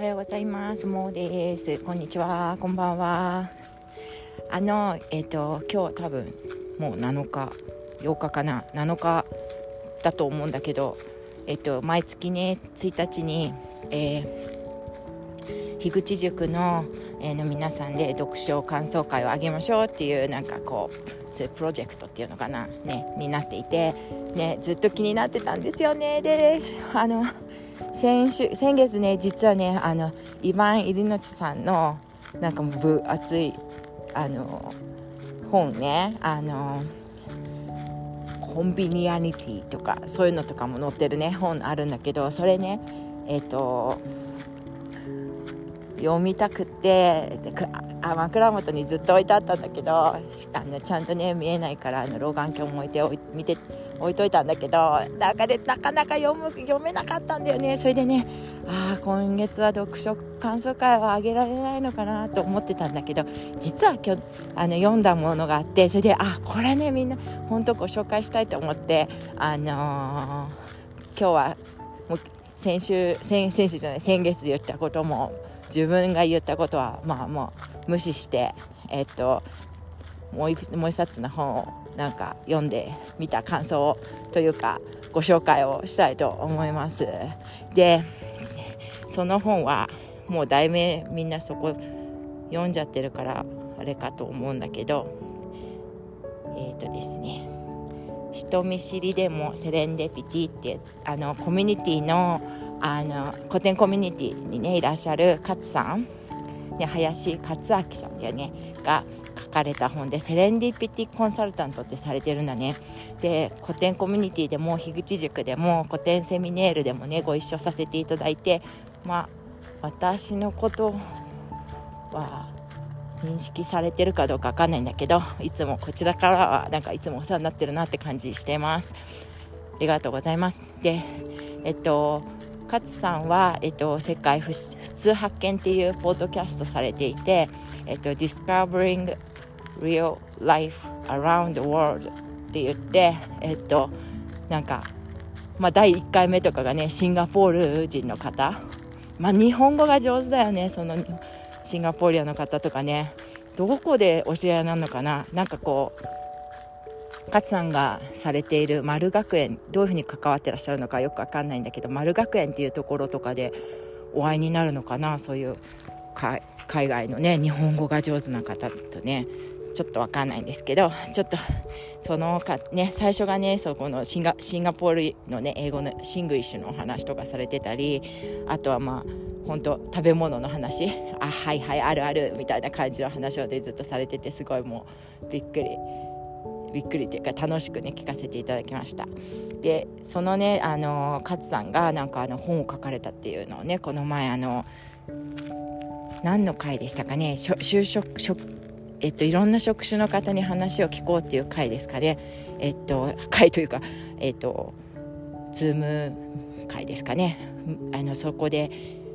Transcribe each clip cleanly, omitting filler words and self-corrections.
ようございます。もうです。こんにちは。こんばんは。今日多分もう7日8日かな7日だと思うんだけど、毎月ね1日に、樋口塾の、皆さんで読書感想会をあげましょうっていうなんかこうそういうプロジェクトっていうのかなねになっていてね、ずっと気になってたんですよね。で先月ね実はねイヴァン・イリノチさんのなんかもう分厚い本ねコンビニアニティとかそういうのとかも載ってるね本あるんだけど、それね読みたくって枕元にずっと置いてあったんだけどちゃんとね見えないから老眼鏡も置いといたんだけど、なかなか読めなかったんだよね。それでね今月は読書感想会はあげられないのかなと思ってたんだけど、実は今日読んだものがあって、それでこれねみんな本当ご紹介したいと思って今日はもう先月言ったことも自分が言ったことはもう無視してもう一冊の本をなんか読んでみた感想というかご紹介をしたいと思います。でその本はもう題名みんなそこ読んじゃってるからあれかと思うんだけど、ですね、人見知りでもセレンデピティってコミュニティの古典コミュニティにねいらっしゃる勝さんで林勝明さんだよねが書かれた本で、セレンディピティコンサルタントってされてるんだね。で古典コミュニティでも樋口塾でも古典セミネールでもねご一緒させていただいて、私のことは認識されてるかどうか分かんないんだけど、いつもこちらからはなんかいつもお世話になってるなって感じしています。ありがとうございます。で勝さんは、世界普通発見っていうポッドキャストされていて、Discovering Real Life Around the World って言って、なんか、第1回目とかがねシンガポール人の方、日本語が上手だよね。そのシンガポーリアの方とかね、どこでお知り合いなのかな。なんかこう勝さんがされている丸学園、どういうふうに関わってらっしゃるのかよく分かんないんだけど、丸学園っていうところとかでお会いになるのかな。そういう海外のね日本語が上手な方とねちょっと分かんないんですけど、ちょっとそのね最初がねそこのシンガポールのね英語のシングリッシュのお話とかされてたり、あとは本当食べ物の話はいあるあるみたいな感じの話をねずっとされてて、すごいもうびっくりっていうか楽しくね聞かせていただきました。でそのね勝さんがなんか本を書かれたっていうのをねこの前何の回でしたかね、就職いろんな職種の方に話を聞こうっていう回ですかね。回というかズーム回ですかね。そこで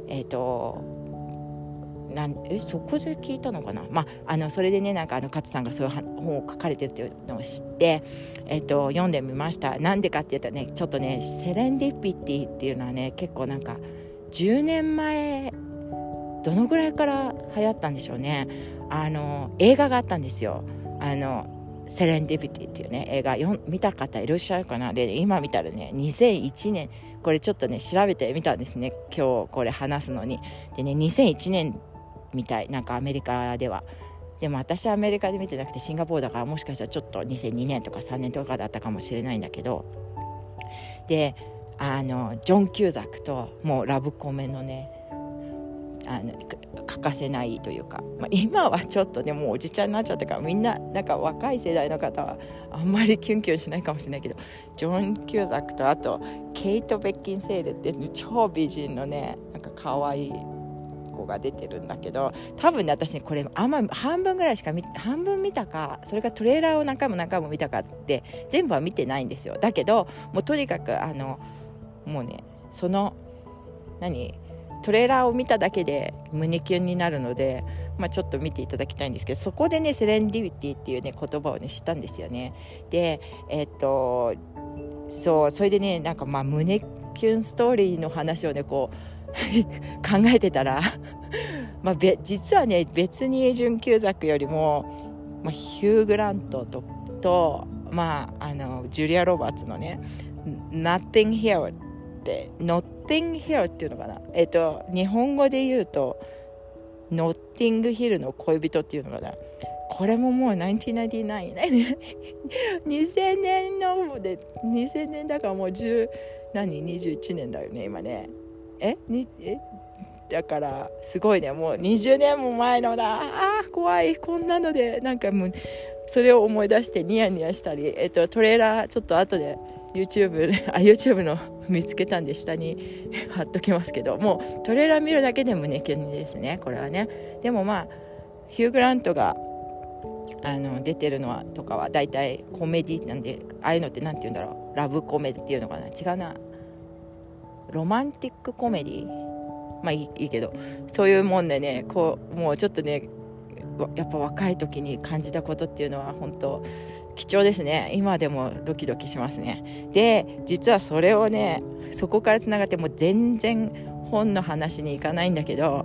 そこで聞いたのかな。それでねなんか勝さんがそういう本を書かれてるっていうのを知って、読んでみました。なんでかっていうとね、ちょっとねセレンディピティっていうのはね結構なんか10年前どのぐらいから流行ったんでしょうね。映画があったんですよ。セレンディピティっていうね映画見た方いらっしゃるかな。で今見たらね2001年これちょっとね調べてみたんですね今日これ話すのに。でね2001年みたい、なんかアメリカでは。でも私はアメリカで見てなくてシンガポールだからもしかしたらちょっと2002年とか3年とかだったかもしれないんだけど、でジョン・キューザックともうラブコメのね欠かせないというか、今はちょっとねもうおじちゃんになっちゃったからみんななんか若い世代の方はあんまりキュンキュンしないかもしれないけど、ジョン・キューザックとあとケイト・ベッキンセールって超美人のねなんか可愛い子が出てるんだけど、多分ね私ねこれあんま半分ぐらいしか半分見たか、それからトレーラーを何回も見たかって全部は見てないんですよ。だけどもうとにかくもうねそのトレーラーを見ただけで胸キュンになるので、ちょっと見ていただきたいんですけど、そこでねセレンディピティっていうね言葉をね知ったんですよね。でそれでねなんか胸キュンストーリーの話をねこう考えてたらまあ実はね別に準旧作よりも、ヒュー・グラントとジュリア・ロバーツのね Nothing Here ってNotting Hill っていうのかな、日本語で言うとノッティングヒルの恋人っていうのかな。これももう1999ね2000年ので2000年だからもう21年だよね今ね。だからすごいね、もう20年も前のだ。怖い、こんなのでなんかもうそれを思い出してニヤニヤしたり、トレーラーちょっと後で YouTube の見つけたんで下に貼っときますけど、もうトレーラー見るだけでもね気にですねこれはね。でもヒュー・グラントが出てるのはとかはだいたいコメディなんで、ああいうのってなんて言うんだろう、ラブコメディっていうのかな、違うな、ロマンティックコメディ、いいけどそういうもんでね、もうちょっとねやっぱ若い時に感じたことっていうのは本当貴重ですね。今でもドキドキしますね。で実はそれをねそこからつながってもう全然本の話に行かないんだけど、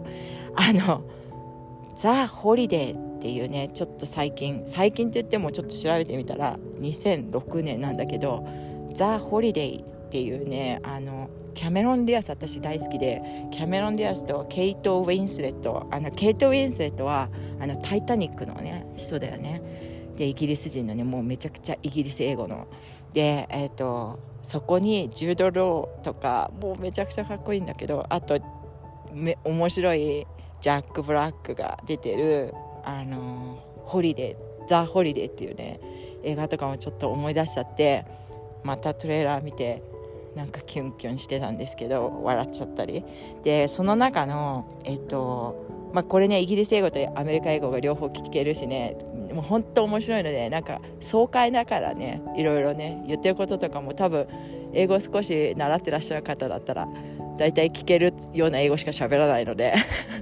ザ・ホリデーっていうね、ちょっと最近って言ってもちょっと調べてみたら2006年なんだけど、ザ・ホリデーっていうねキャメロン・ディアス私大好きで、キャメロン・ディアスとケイト・ウィンスレット、ケイト・ウィンスレットはタイタニックのね人だよね。でイギリス人のねもうめちゃくちゃイギリス英語ので、そこにジュード・ローとかもうめちゃくちゃかっこいいんだけど、あと面白いジャック・ブラックが出てるホリデー、ザ・ホリデーっていうね映画とかもちょっと思い出しちゃって、またトレーラー見てなんかキュンキュンしてたんですけど笑っちゃったりで、その中のこれねイギリス英語とアメリカ英語が両方聞けるしね、もう本当面白いので、なんか爽快だからねいろいろね言ってることとかも多分英語少し習ってらっしゃる方だったらだいたい聞けるような英語しか喋らないので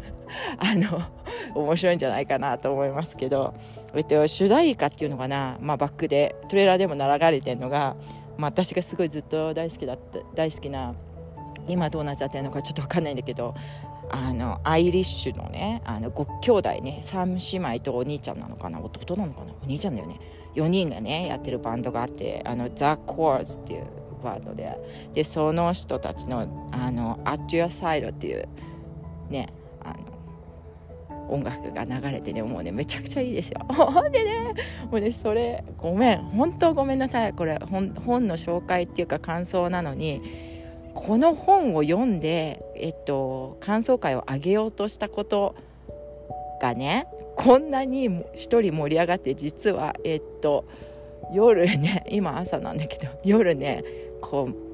面白いんじゃないかなと思いますけど、主題歌っていうのかな、バックでトレーラーでも流れてるのが、私がすごいずっと大好きな、今どうなっちゃってるのかちょっと分かんないんだけど、アイリッシュのね5兄弟ね、3姉妹とお兄ちゃんなのかな、弟なのかな、お兄ちゃんだよね、4人がねやってるバンドがあって、ザ・コーズっていうバンドでその人たちのAt Your Side っていうね音楽が流れてね、もうねめちゃくちゃいいですよでねもうねそれ本当ごめんなさい、これ本の紹介っていうか感想なのに、この本を読んで感想会を上げようとしたことがねこんなに一人盛り上がって、実は夜ね今朝なんだけど夜ねこう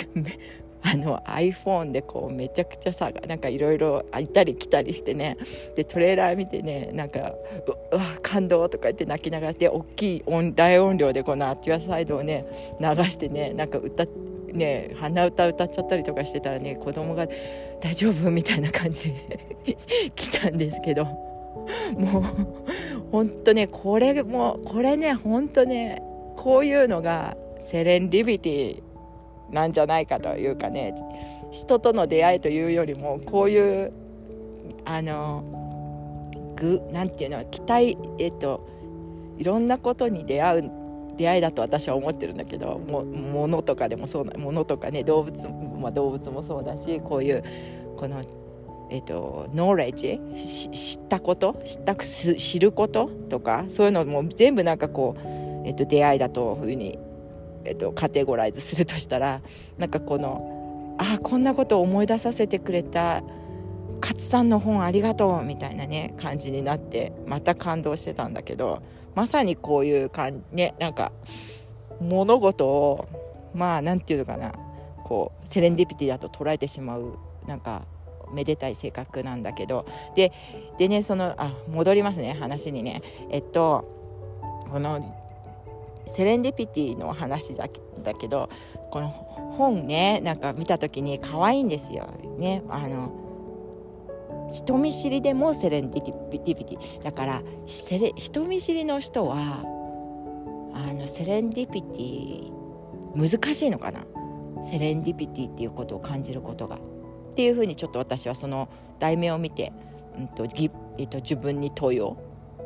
iPhone でこうめちゃくちゃなんかいろいろ行ったり来たりしてね、でトレーラー見てねなんかうわ感動とか言って泣きながらで大きい大音量でこのアッチュアサイドをね流してねなんか鼻歌歌っちゃったりとかしてたらね、子供が大丈夫みたいな感じで来たんですけど、もうほんとねこれねほんとねこういうのがセレンディピティなんじゃないかというかね、人との出会いというよりもこういうなんていうの期待いろんなことに出会いだと私は思ってるんだけど、物とかでもそうな、物とかね動物もそうだし、こういうこのノーレッジ知ることとかそういうのも全部なんかこう、出会いだというふうにカテゴライズするとしたら、なんかこんなことを思い出させてくれた勝さんの本ありがとうみたいなね感じになってまた感動してたんだけど、まさにこういうなんか物事をなんていうのかな、こうセレンディピティだと捉えてしまうなんかめでたい性格なんだけど、でね戻りますね話にね、このセレンディピティの話だけど、この本ねなんか見た時に可愛いんですよね。人見知りでもセレンディピティだから、人見知りの人はセレンディピティ難しいのかな、セレンディピティっていうことを感じることがっていうふうにちょっと私はその題名を見て、自分に問いを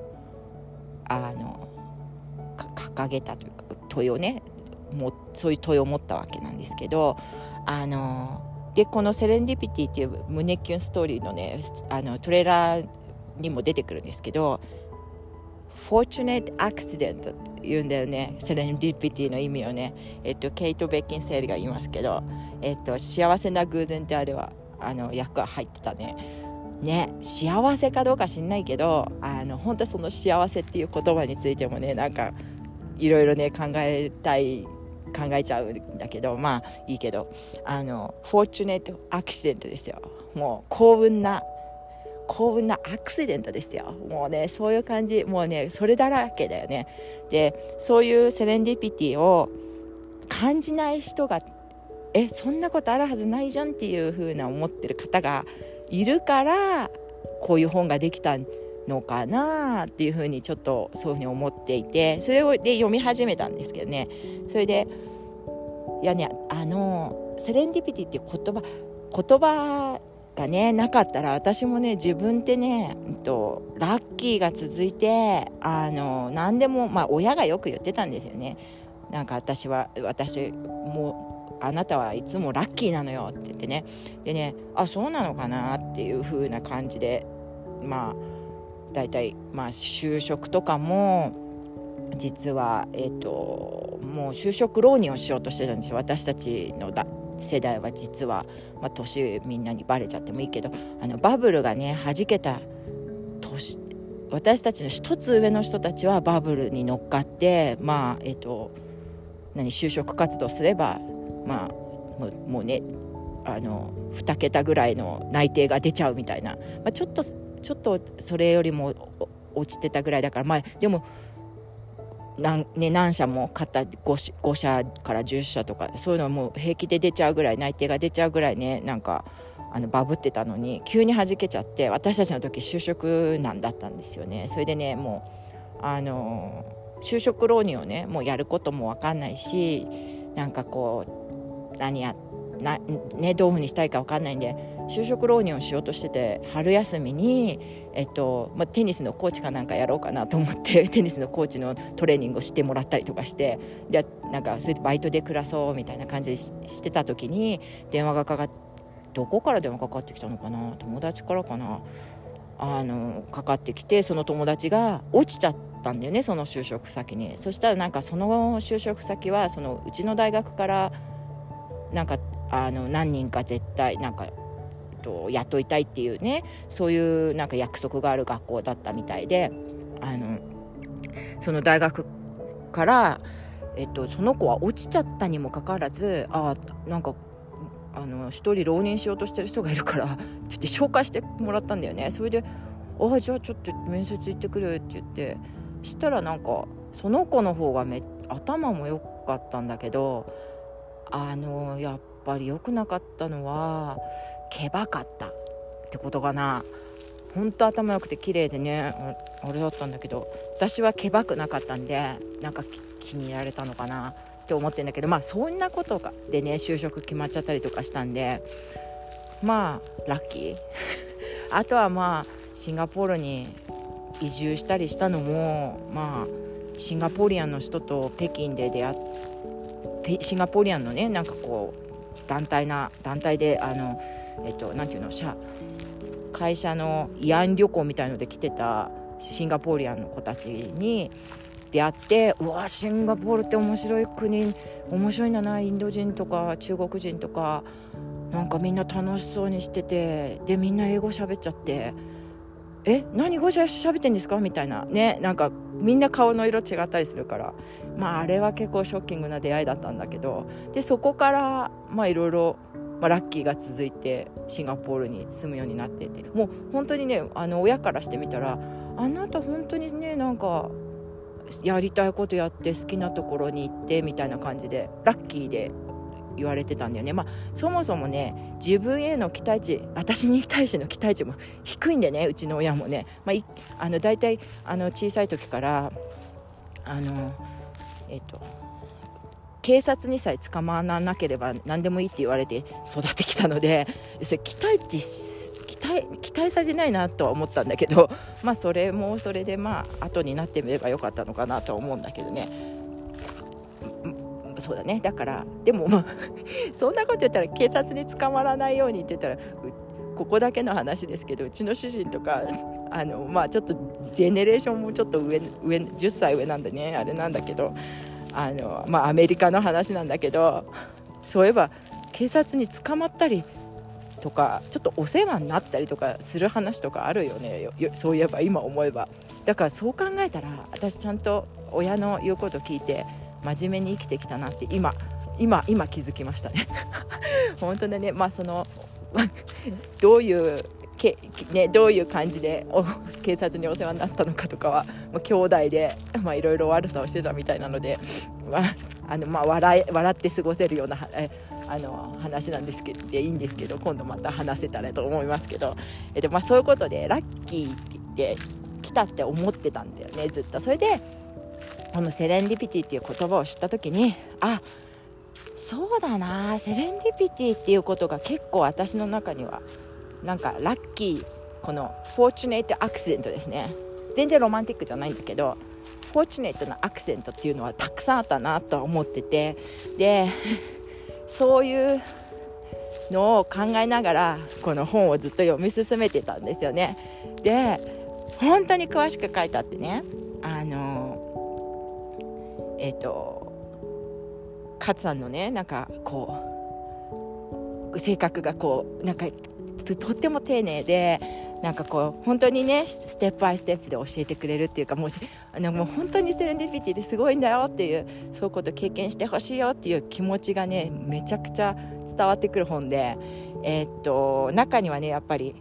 掲げたというか、問いをね、そういう問いを持ったわけなんですけど、でこのセレンディピティっていう胸キュンストーリーのね、トレーラーにも出てくるんですけど、Fortunate Accident って言うんだよね、セレンディピティの意味をね。ケイト・ベッキンセールが言いますけど、幸せな偶然ってあれは役は入ってたね。幸せかどうか知んないけど、本当その幸せっていう言葉についてもね、なんかいろいろね考えちゃうんだけど、まあいいけど、Fortunate Accident ですよ。もう幸運なアクシデントですよ。もうね、そういう感じ、もうね、それだらけだよね。で、そういうセレンディピティを感じない人が、そんなことあるはずないじゃんっていう風な思ってる方がいるから、こういう本ができたのかなっていう風にちょっとそういう風に思っていて、それで読み始めたんですけどね。それでいやね、セレンディピティっていう言葉がねなかったら、私もね、自分ってね、ラッキーが続いて、何でも、親がよく言ってたんですよね。なんか私もあなたはいつもラッキーなのよって言ってね。でね、そうなのかなっていう風な感じで、だいたい就職とかも実はもう就職浪人をしようとしてたんですよ。私たちの世代は実は、年みんなにバレちゃってもいいけど、バブルがね弾けた年、私たちの一つ上の人たちはバブルに乗っかって、就職活動すれば、もうね、2桁ぐらいの内定が出ちゃうみたいな、ちょっとそれよりも落ちてたぐらいだから、でも何社も買った 5社から10社とか、そういうのはもう平気で出ちゃうぐらい、内定が出ちゃうぐらいね、なんかバブってたのに急に弾けちゃって、私たちの時就職難だったんですよね。それでね、もう就職浪人をね、もうやることも分かんないし、なんかこうどういうふうにしたいか分かんないんで、就職浪人をしようとしてて、春休みに、テニスのコーチかなんかやろうかなと思ってテニスのコーチのトレーニングをしてもらったりとかして、でなんかそれでバイトで暮らそうみたいな感じでしてた時に、電話がどこから電話かかってきたのかな、友達からかな、かかってきて、その友達が落ちちゃったんだよね、その就職先に。そしたらなんかその就職先はそのうちの大学からなんか何人か絶対なんか雇いたいっていうね、そういうなんか約束がある学校だったみたいで、その大学から、その子は落ちちゃったにもかかわらず、なんか一人浪人しようとしてる人がいるからって言って紹介してもらったんだよね。それでじゃあちょっと面接行ってくるって言って、そしたらなんかその子の方が頭も良かったんだけど、やっぱり良くなかったのはけばかったってことかな。本当頭良くて綺麗でね、あれだったんだけど、私はけばくなかったんで、なんか気に入られたのかなって思ってんだけど、そんなことでね就職決まっちゃったりとかしたんで、ラッキーあとはシンガポールに移住したりしたのも、シンガポリアンの人と北京で出会って、シンガポリアンのね、なんかこう団体でなんていうの、会社の慰安旅行みたいので来てたシンガポリアンの子たちに出会って、うわシンガポールって面白い国、面白いんだな、インド人とか中国人とかなんかみんな楽しそうにしてて、でみんな英語喋っちゃって、何語喋ってんですかみたいなね、なんかみんな顔の色違ったりするから、あれは結構ショッキングな出会いだったんだけど、でそこからいろいろラッキーが続いてシンガポールに住むようになってて、もう本当にね、親からしてみたら、あなた本当にね、なんかやりたいことやって好きなところに行ってみたいな感じでラッキーで言われてたんだよね。そもそもね、自分への期待値、私に対しての期待値も低いんでね、うちの親もね、だいたい小さい時から警察にさえ捕まらなければ何でもいいって言われて育ってきたので、それ期待されないなとは思ったんだけど、それもそれで後になってみればよかったのかなとは思うんだけどね。そうだね。だからでもそんなこと言ったら警察に捕まらないようにって言ったらここだけの話ですけど、うちの主人とかちょっとジェネレーションもちょっと上10歳上なんでね、あれなんだけどアメリカの話なんだけど、そういえば警察に捕まったりとかちょっとお世話になったりとかする話とかあるよね。そういえば今思えば。だからそう考えたら私ちゃんと親の言うこと聞いて真面目に生きてきたなって今気づきましたね本当だね。どういう感じで警察にお世話になったのかとかは、兄弟でいろいろ悪さをしてたみたいなので、笑って過ごせるような話なんですけど、いいんですけど、今度また話せたらと思いますけど、そういうことでラッキーって言って来たって思ってたんだよね、ずっと。それでセレンディピティっていう言葉を知った時に、そうだな、セレンディピティっていうことが結構私の中にはなんかラッキー、このフォーチュネートアクシデントですね。全然ロマンティックじゃないんだけど、フォーチュネートなアクシデントっていうのはたくさんあったなと思ってて、でそういうのを考えながらこの本をずっと読み進めてたんですよね。で本当に詳しく書いてあってね、勝さんのね、なんかこう性格がこうなんかとっても丁寧で、なんかこう本当にねステップバイステップで教えてくれるっていうか、もう本当にセレンディピティってすごいんだよっていう、そういうこと経験してほしいよっていう気持ちがねめちゃくちゃ伝わってくる本で、中にはねやっぱり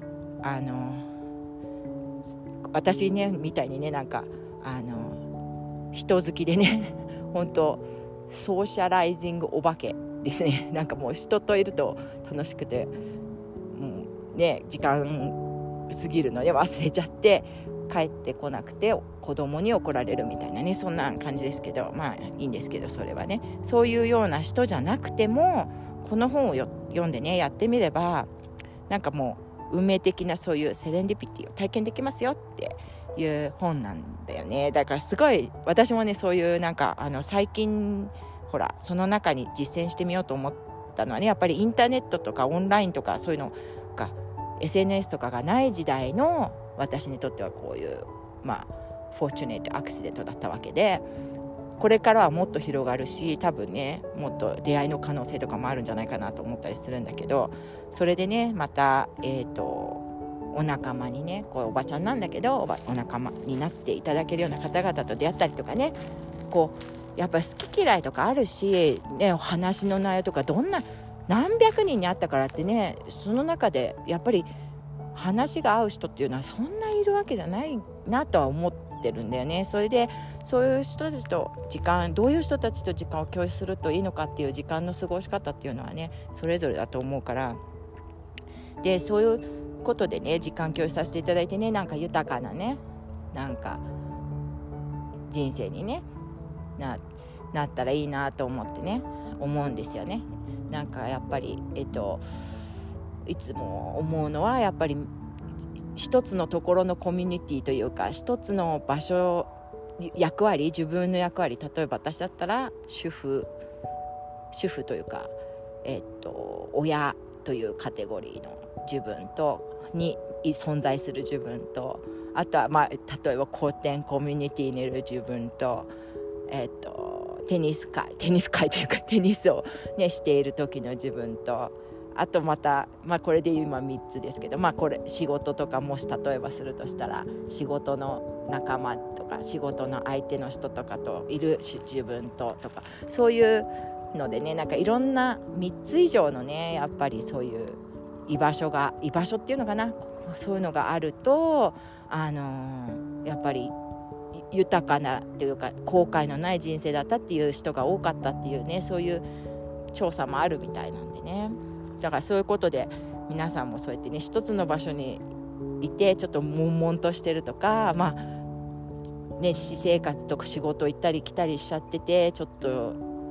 私ねみたいにね、なんか人好きでね本当ソーシャライジングお化けですね。なんかもう人といると楽しくて、もうね時間過ぎるので忘れちゃって帰ってこなくて子供に怒られるみたいなね、そんな感じですけど、いいんですけど、それはねそういうような人じゃなくてもこの本を読んでねやってみれば、なんかもう運命的なそういうセレンディピティを体験できますよっていう本なんだよね。だからすごい私もねそういうなんか最近ほらその中に実践してみようと思ったのはね、やっぱりインターネットとかオンラインとかそういうのが SNS とかがない時代の私にとってはこういうフォーチュネートアクシデントだったわけで、これからはもっと広がるし、多分ねもっと出会いの可能性とかもあるんじゃないかなと思ったりするんだけど、それでねまたお仲間にね、こうおばちゃんなんだけどお仲間になっていただけるような方々と出会ったりとかね、こうやっぱり好き嫌いとかあるし、ね、話の内容とか何百人に会ったからってね、その中でやっぱり話が合う人っていうのはそんないるわけじゃないなとは思ってるんだよね。それでそういう人たちとどういう人たちと時間を共有するといいのかっていう時間の過ごし方っていうのはねそれぞれだと思うから、でそういうことでね時間共有させていただいてね、なんか豊かなねなんか人生にねなったらいいなと思ってね思うんですよね。なんかやっぱりいつも思うのはやっぱり一つのところのコミュニティというか、一つの場所役割、自分の役割、例えば私だったら主婦というか、親というカテゴリーの自分とに存在する自分と、あとは例えば古典コミュニティにいる自分と、テニス界というかテニスを、ね、している時の自分と、あとまた、これで今3つですけど、これ仕事とかもし例えばするとしたら仕事の仲間とか仕事の相手の人とかといる自分とか、そういうのでね、なんかいろんな3つ以上のねやっぱりそういう居場所っていうのかな、そういうのがあるとやっぱり豊かなというか後悔のない人生だったっていう人が多かったっていうね、そういう調査もあるみたいなんでね。だからそういうことで皆さんもそうやってね一つの場所にいてちょっと悶々としてるとか、私生活とか仕事行ったり来たりしちゃっててちょっと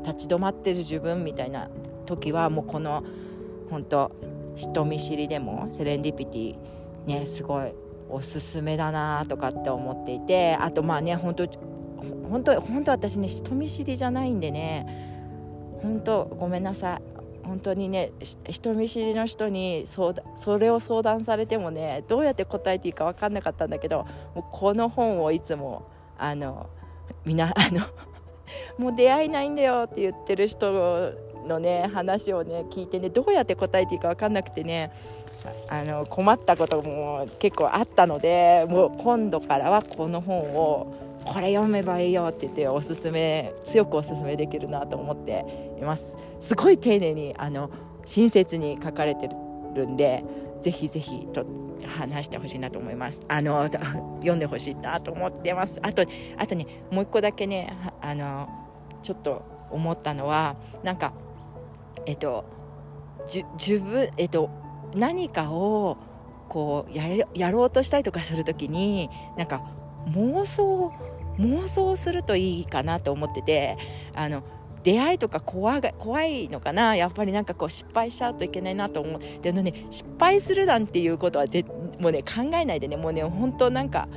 立ち止まってる自分みたいな時はもうこの本当人見知りでもセレンディピティねすごいおすすめだなとかって思っていて、あとまあね本当私ね人見知りじゃないんでね本当ごめんなさい。本当にね人見知りの人にそれを相談されてもねどうやって答えていいか分かんなかったんだけど、もうこの本をいつもみんなもう出会えないんだよって言ってる人のね話をね聞いてねどうやって答えていいか分かんなくてね困ったことも結構あったので、もう今度からはこの本をこれ読めばいいよって言って強くおすすめできるなと思っています。すごい丁寧に親切に書かれてるんでぜひぜひと話してほしいなと思います。読んでほしいなと思ってます。あとねもう一個だけねちょっと思ったのはなんか自分何かをこうやろうとしたりとかするときになんか妄想するといいかなと思ってて、出会いとか怖いのかな、やっぱりなんかこう失敗しちゃうといけないなと思う。でね失敗するなんていうことはもうね考えないでね、もうね本当なんか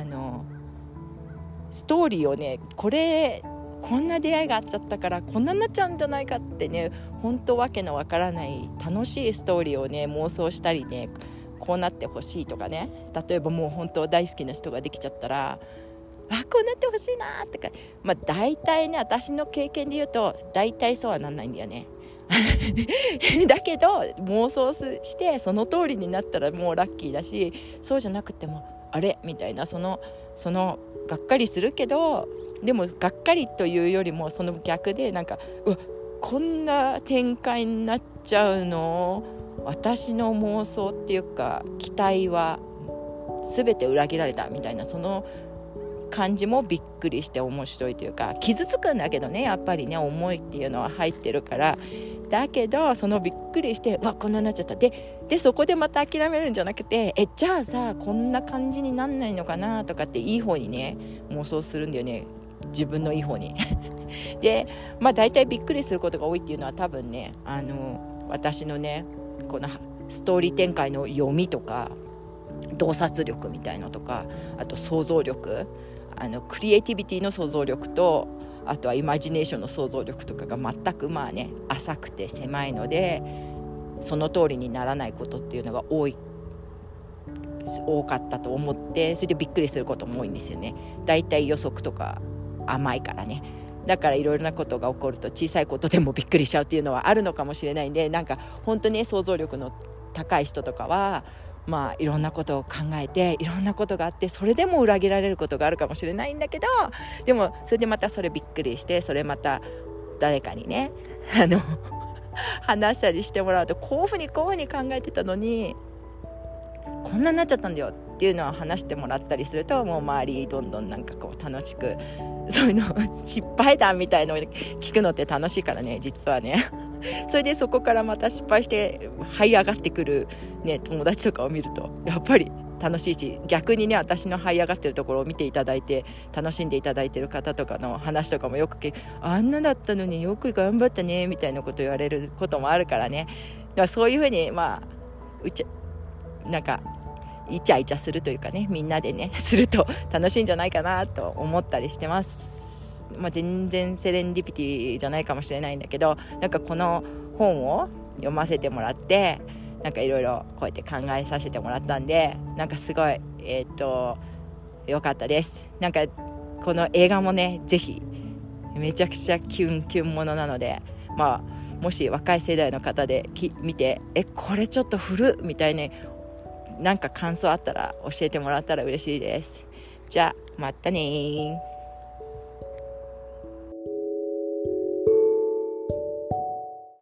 ストーリーをねこんな出会いがあっちゃったからこんなになっちゃうんじゃないかってね本当わけのわからない楽しいストーリーをね妄想したりね、こうなってほしいとかね、例えばもう本当大好きな人ができちゃったらこうなってほしいなとか、大体ね私の経験で言うと大体そうはなんないんだよねだけど妄想してその通りになったらもうラッキーだし、そうじゃなくてもあれみたいなそのがっかりするけど、でもがっかりというよりもその逆でなんかこんな展開になっちゃうの、私の妄想っていうか期待は全て裏切られたみたいな、その感じもびっくりして面白いというか、傷つくんだけどねやっぱりね思いっていうのは入ってるから、だけどそのびっくりしてこんなになっちゃったでそこでまた諦めるんじゃなくてじゃあさこんな感じになんないのかなとかっていい方にね妄想するんだよね、自分のいい方にで大体びっくりすることが多いっていうのは多分ね私のねこのストーリー展開の読みとか洞察力みたいのとか、あと想像力クリエイティビティの想像力とあとはイマジネーションの想像力とかが全く浅くて狭いのでその通りにならないことっていうのが多かったと思って、それでびっくりすることも多いんですよね。だいたい予測とか甘いからね、だからいろいろなことが起こると小さいことでもびっくりしちゃうっていうのはあるのかもしれないんで、なんか本当に想像力の高い人とかはいろんなことを考えていろんなことがあってそれでも裏切られることがあるかもしれないんだけど、でもそれでまたそれびっくりしてそれまた誰かにね話したりしてもらうとこういうふうに考えてたのにこんなになっちゃったんだよっていうのを話してもらったりすると、もう周りどんどんなんかこう楽しくそういうの失敗談みたいのを聞くのって楽しいからね実はねそれでそこからまた失敗して這い上がってくる、ね、友達とかを見るとやっぱり楽しいし、逆にね私の這い上がってるところを見ていただいて楽しんでいただいてる方とかの話とかもよくあんなだったのによく頑張ったねみたいなこと言われることもあるからね。だからそういうふうになんかイチャイチャするというかね、みんなでねすると楽しいんじゃないかなと思ったりしてます。全然セレンディピティじゃないかもしれないんだけど、なんかこの本を読ませてもらってなんかいろいろこうやって考えさせてもらったんで、なんかすごい良かったです。なんかこの映画もねぜひめちゃくちゃキュンものなので、もし若い世代の方で見てこれちょっと古みたいになんか感想あったら教えてもらったら嬉しいです。じゃあまたね。